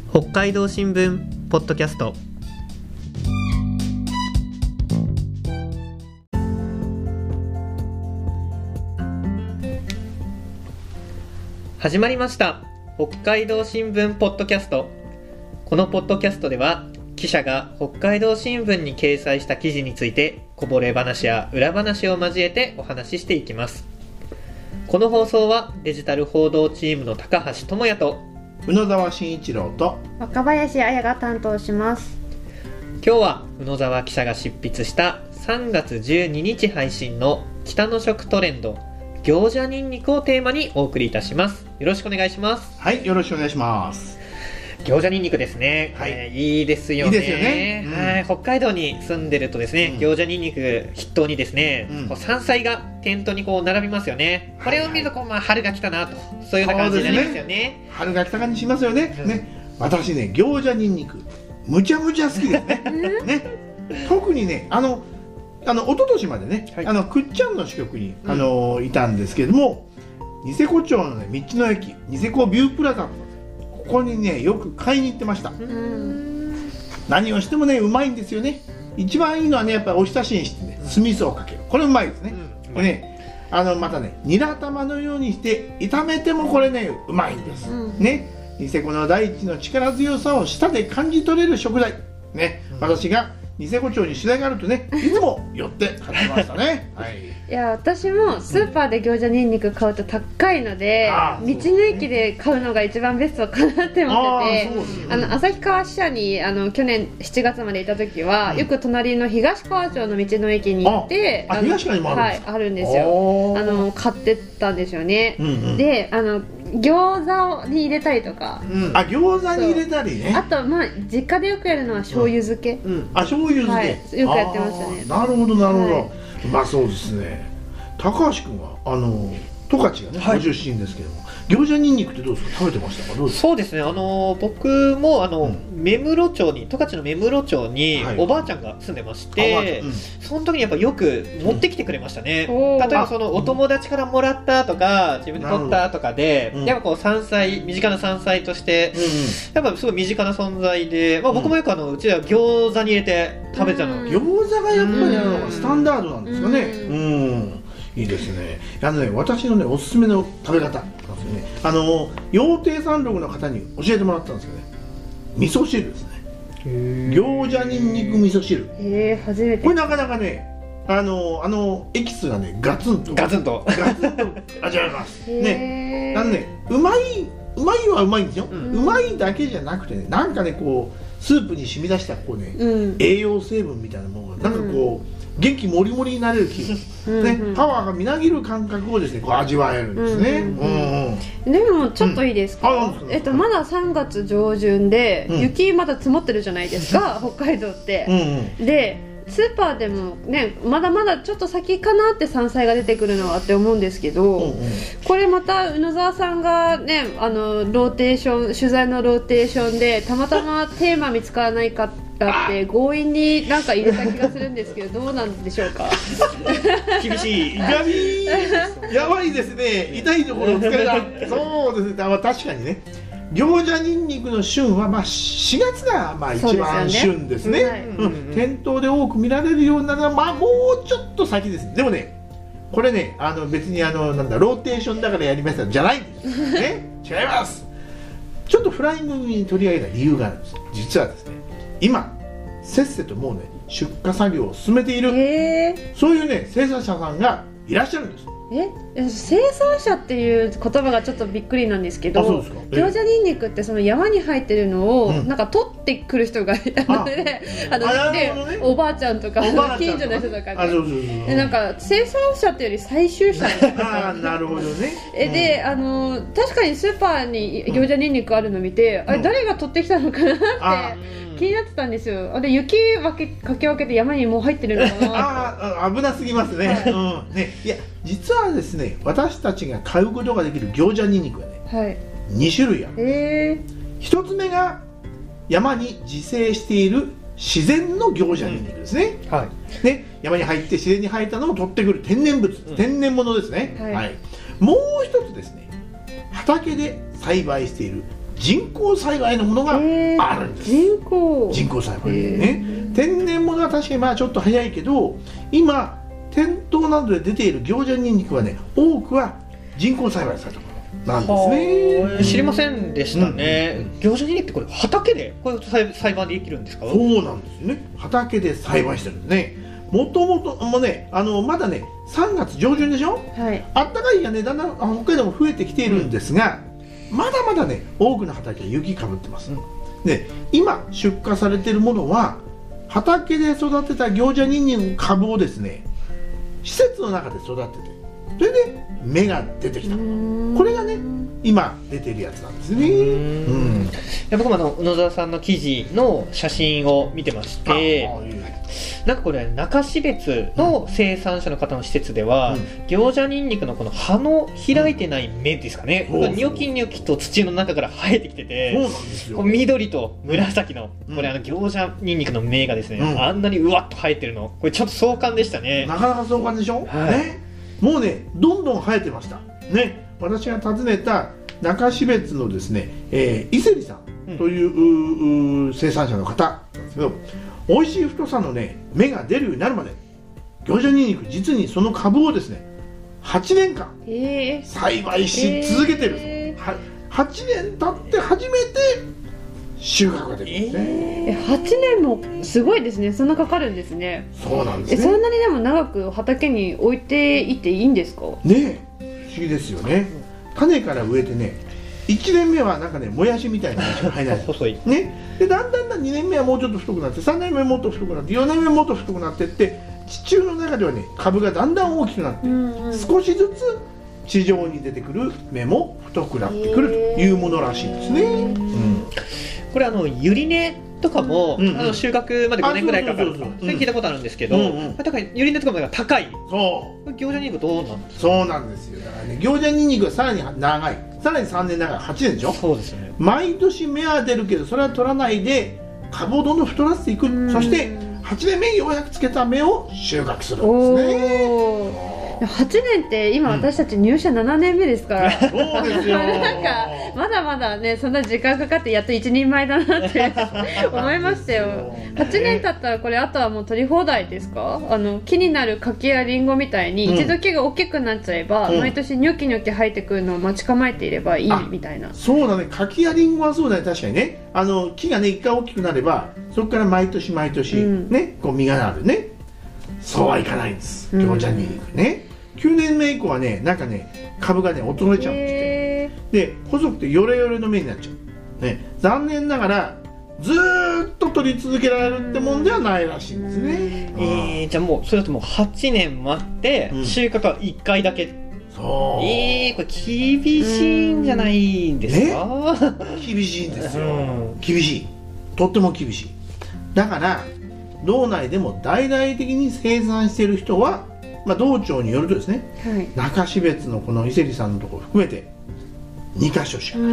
北海道新聞ポッドキャスト、始まりました。北海道新聞ポッドキャスト。このポッドキャストでは記者が北海道新聞に掲載した記事についてこぼれ話や裏話を交えてお話ししていきます。この放送はデジタル報道チームの高橋智也と宇野沢慎一郎と若林彩が担当します。 今日は宇野沢記者が執筆した3月12日配信の北の食トレンド行者ニンニクをテーマにお送りいたします。よろしくお願いします。 はい、よろしくお願いします。 行者ニンニクですね、 はい、 いいですよね。 いいですよね、 はい、北海道に住んでるとですね、行者ニンニク筆頭にですね、こう山菜が店頭にこう並びますよね。これを見るとこう、春が来たなと、そういうような感じになりますよね。 春が来た感じしますよね。私ね、行者ニンニクむちゃむちゃ好きですね。特にね、一昨年までね、くっちゃんの支局にいたんですけども、ニセコ町のね、道の駅ニセコビュープラザ、ここにねよく買いに行ってました。何をしてもねうまいんですよね。一番いいのはね、やっぱりおひたしにしてね酢味噌をかける、これうまいですね。これね、またねニラ玉のようにして炒めてもこれねうまいんです、ね。ニセコの大地の力強さを舌で感じ取れる食材ね、私がニセコ町に取材があるとね、いつも寄って買ってましたね。はい、 いや、私もスーパーで行者ニンニク買うと高いので、道の駅で買うのが一番ベストかなって思ってて、旭川支社に去年7月までいた時は、よく隣の東川町の道の駅に行って、 東川にもあるんですか？ はい、あるんですよ。買ってたんですよね。で、餃子に入れたりとか、 餃子に入れたりね。 あと実家でよくやるのは醤油漬け。 醤油漬け、 よくやってましたね。 なるほどなるほど、うまそうですね。高橋君は十勝がね、ご出身ですけども、行者ニンニクってどうですか？食べてましたか？どうですか？ そうですね、僕も目室町に、十勝の目室町におばあちゃんが住んでまして、その時にやっぱよく持ってきてくれましたね。例えばそのお友達からもらったとか自分で取ったとかで、やっぱこう山菜、身近な山菜としてやっぱすごい身近な存在で、僕もよくうちでは餃子に入れて食べてたの。 餃子がやっぱりスタンダードなんですかね。いいですね。私のねおすすめの食べ方なんですよね。羊蹄山麓の方に教えてもらったんですけどね、味噌汁ですね。行者ニンニク味噌汁。 初めて。 これなかなかね、エキスがねガツンと味わえますね。うまいはうまいんですよ。うまいだけじゃなくてね、なんかねこうスープに染み出したこうね、栄養成分みたいなものがなんかこう元気もりもりになれる気分、ね、パワーがみなぎる感覚をですねこう味わえるんですね。 でもちょっといいですか？まだ3月上旬で、雪まだ積もってるじゃないですか、北海道って。でスーパーでもね、まだまだちょっと先かなって山菜が出てくるのはって思うんですけど、これまた宇野沢さんがね、ローテーション、取材のローテーションでたまたまテーマ見つからないかって強引になんか入れた気がするんですけど、どうなんでしょうか？ 厳しい。 やばいですね。痛いところをつかれた。そうですね。確かにね。行者ニンニクの旬は4月が一番旬ですね。店頭で多く見られるようになるのはもうちょっと先です。でもね、これね別にローテーションだからやりましたじゃないんですね。違います。ちょっとフライングに取り上げた理由があるんです。実はですね、今せっせともうね出荷作業を進めている、そういうね生産者さんがいらっしゃるんです。 生産者っていう言葉がちょっとびっくりなんですけど、行者ニンニクってその山に入ってるのをなんか取ってくる人がいたので、おばあちゃんとか近所の人とかで、なんか生産者っていうより採集者なるほどね。 で確かにスーパーに行者ニンニクあるの見て、あれ誰が取ってきたのかなって気になってたんですよ。で雪かき分けて山にもう入ってるのかな。危なすぎますね。いや実はですね、私たちが買うことができる行者ニンニクはね、2種類ある。1つ目が山に自生している自然の行者ニンニクですね。山に入って自然に生えたのを取ってくる天然物、天然物ですね。もう一つですね、畑で栽培している人工栽培のものがあるんです。人工栽培ね。天然物は確かにまあちょっと早いけど、今店頭などで出ている行者ニンニクはね、多くは人工栽培されたものなんですね。 知りませんでしたね。行者ニンニクってこれ畑でこれ栽培できるんですか？ そうなんですよね。畑で栽培してるんですね。もともともね、まだね3月上旬でしょ。あったかい日がねだんだん北海道も増えてきているんですが、まだまだね多くの畑は雪かぶってます。で、今出荷されているものは畑で育てた行者ニンニクの株をですね、施設の中で育てて、それで芽が出てきたもの、これがね今出てるやつなんですね。 僕も野沢さんの記事の写真を見てまして、なんかこれ中標津の生産者の方の施設では、行者ニンニクのこの葉の開いてない芽ですかね、ニョキニョキと土の中から生えてきてて、緑と紫のこれ行者ニンニクの芽がですね、あんなにうわっと生えてるの、これちょっと壮観でしたね。 なかなか壮観でしょ。もうねどんどん生えてましたね。私が訪ねた中標津のですね、伊勢里さんという生産者の方なんですけど、美味しい太さのね芽が出るようになるまで行者ニンニク実にその株をですね8年間栽培し続けてる、8年経って初めて収穫ができるんですね。 8年もすごいですね。そんなかかるんですね。 そうなんですね。 そんなにでも長く畑に置いていっていいんですかね。不思議ですよね。種から植えてね、1年目はなんかねもやしみたいな話が入らない細いね。でだんだん2年目はもうちょっと太くなって、3年目もっと太くなって、4年目もっと太くなってって、地中の中ではね株がだんだん大きくなって、少しずつ地上に出てくる芽も太くなってくるというものらしいんですね。 これゆり根とかも収穫まで5年ぐらいかかるとか、それ聞いたことあるんですけど、だからゆり根とかも高い。行者ニンニクどうなんですか？ そうなんですよ。だからね行者ニンニクはさらに長い、さらに3年長い、8年でしょ。 そうですね。 毎年芽は出るけどそれは取らないで株をどんどん太らせていく。そして8年目にようやくつけた芽を収穫するんですね。 8年って今私たち入社7年目ですから、 そうですよ。 なんかまだまだねそんな時間かかってやっと一人前だなって思いましたよ。8年経ったらこれあとはもう取り放題ですか？木になる柿やリンゴみたいに一度木が大きくなっちゃえば、毎年ニョキニョキ生えてくるのを待ち構えていればいいみたいな。 そうだね。柿やリンゴはそうだね。確かにね、木がね一回大きくなればそこから毎年毎年ね、こう実がなるね。そうはいかないんです。行者ニンニクね。9年目以降はねなんかね株がね衰えちゃうんですって。で細くてヨレヨレの芽になっちゃう、ね、残念ながらずーっと取り続けられるってもんではないらしいんですね。 じゃあもうそれだともう8年待って収穫は1回だけ。そうこれ厳しいんじゃないんですか？ 厳しいんですよ。厳しい、とっても厳しい。だから道内でも大々的に生産している人は道庁によるとですね、中標津のこの伊勢里さんのところ含めて2カ所しかない。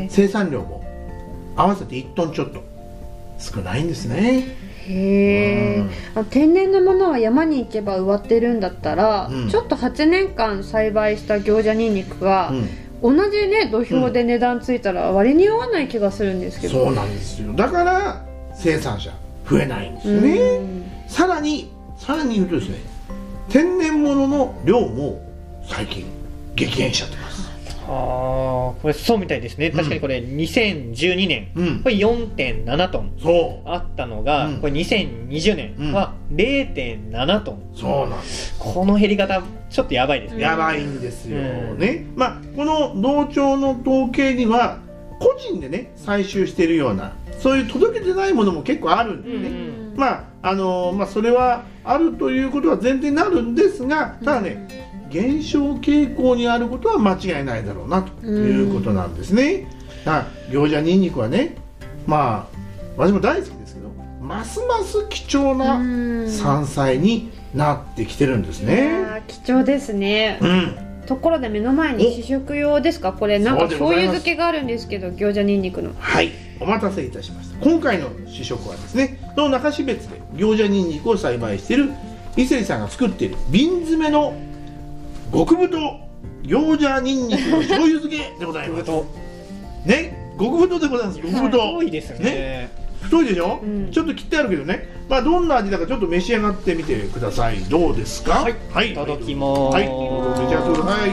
生産量も合わせて1トンちょっと少ないんですね。 天然のものは山に行けば植わってるんだったら、ちょっと8年間栽培した行者ニンニクが、同じね土俵で値段ついたら割に合わない気がするんですけど。 そうなんですよ。だから生産者増えないんですよね。さらに言うとですね、天然物の量も最近激減しちゃってます。 これそうみたいですね。確かにこれ2012年、これ 4.7 トンあったのが、これ2020年は 0.7 トン。 そうなんです。 この減り方ちょっとやばいですね。 やばいんですよね。この道庁の統計には個人でね採集しているようなそういう届けてないものも結構あるんでね。それはあるということは前提になるんですが、ただね減少傾向にあることは間違いないだろうなということなんですね。行者ニンニクはね、私も大好きですけど、ますます貴重な山菜になってきてるんですね。 貴重ですね。ところで目の前に試食用ですか？これなんか醤油漬けがあるんですけど、行者ニンニクの。 はい、お待たせいたしました。今回の試食はですね、の中標津で行者ニンニクを栽培している伊勢さんが作っている瓶詰めの極太行者ニンニクの醤油漬けでございます。 ね、極太でございます。極太。 太いですね。 太いでしょ、ちょっと切ってあるけどね、まあどんな味だかちょっと召し上がってみてください。どうですか？ はい、いただきます。 はい、召し上がってください。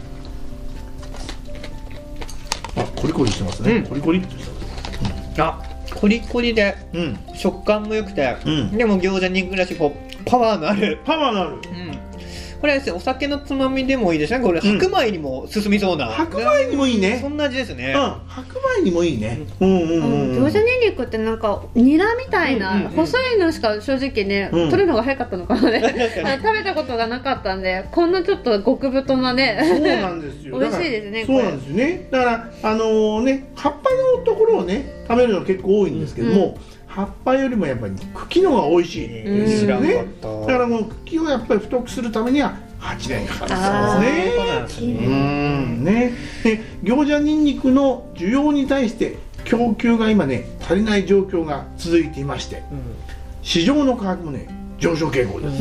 あ、コリコリしてますね。コリコリっとした。 あ、コリコリで食感も良くて、でも餃子にぐらしこうパワーのある。これはですね、お酒のつまみでもいいですね。これ白米にも進みそうな。 白米にもいいね。 そんな味ですね。 白米にもいいね。 餃子ニンニクってなんかニラみたいな細いのしか正直ね取るのが早かったのかなね。食べたことがなかったんで、こんなちょっと極太なね。 そうなんですよ。 美味しいですね。 そうなんですよね。だからね、葉っぱのところをね食べるの結構多いんですけども。葉っぱよりもやっぱり茎のが美味しいですよね。だからもう茎をやっぱり太くするためには8年かかるそうですね。で、餃子ニンニクの需要に対して供給が今ね足りない状況が続いていまして、市場の価格もね上昇傾向です。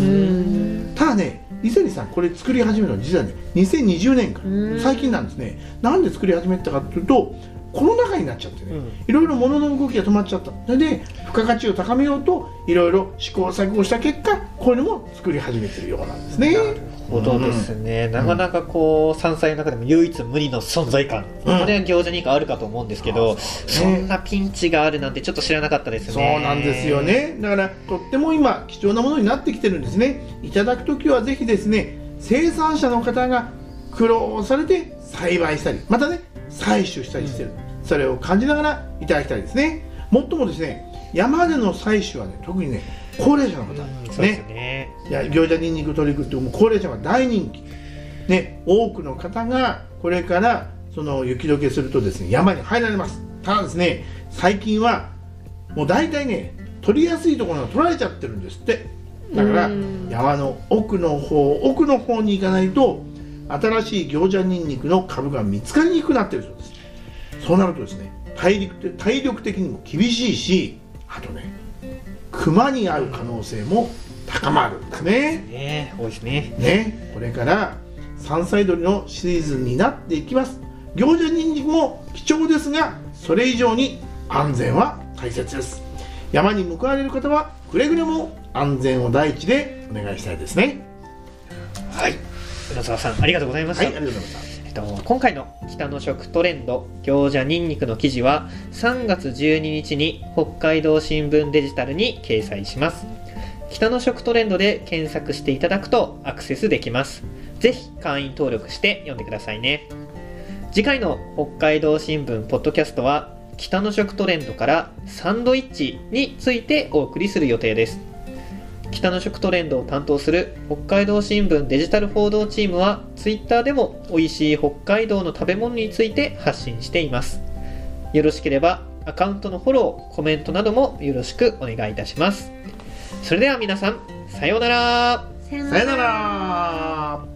ただね、伊勢さんこれ作り始めたのは実はね2020年から最近なんですね。なんで作り始めたかというと、コロナ禍になっちゃってね、いろいろ物の動きが止まっちゃった。それで付加価値を高めようといろいろ試行錯誤した結果、こういうのも作り始めてるようなんですね。 なるほどですね。なかなかこう山菜の中でも唯一無二の存在感、これは餃子にあるかと思うんですけど、そんなピンチがあるなんてちょっと知らなかったですね。 そうなんですよね。だからとっても今貴重なものになってきてるんですね。いただくときはぜひですね、生産者の方が苦労されて栽培したり、またね採取したりしてる、それを感じながらいただきたいですね。もっともですね、山での採取はね、特にね高齢者の方ね、いや餃子ニンニク取り組ってもう高齢者が大人気ね。多くの方がこれからその雪解けするとですね山に入られます。ただですね、最近はもう大体ね取りやすいところが取られちゃってるんですって。だから山の奥の方に行かないと新しい餃子ニンニクの株が見つかりにくくなっているそうです。そうなるとですね、体力的にも厳しいし、あとね熊に遭う可能性も高まるんですね。 多いですね。 これから山菜採りのシーズンになっていきます。餃子ニンニクも貴重ですが、それ以上に安全は大切です。山に向かわれる方はくれぐれも安全を第一でお願いしたいですね。 はい、宇野沢さんありがとうございました。 はい、ありがとうございました。 今回の北の食トレンド餃子ニンニクの記事は3月12日に北海道新聞デジタルに掲載します。北の食トレンドで検索していただくとアクセスできます。ぜひ会員登録して読んでくださいね。次回の北海道新聞ポッドキャストは北の食トレンドからサンドイッチについてお送りする予定です。北の食トレンドを担当する北海道新聞デジタル報道チームはツイッターでも美味しい北海道の食べ物について発信しています。よろしければアカウントのフォロー、コメントなどもよろしくお願いいたします。それでは皆さん、さようなら。 さようなら。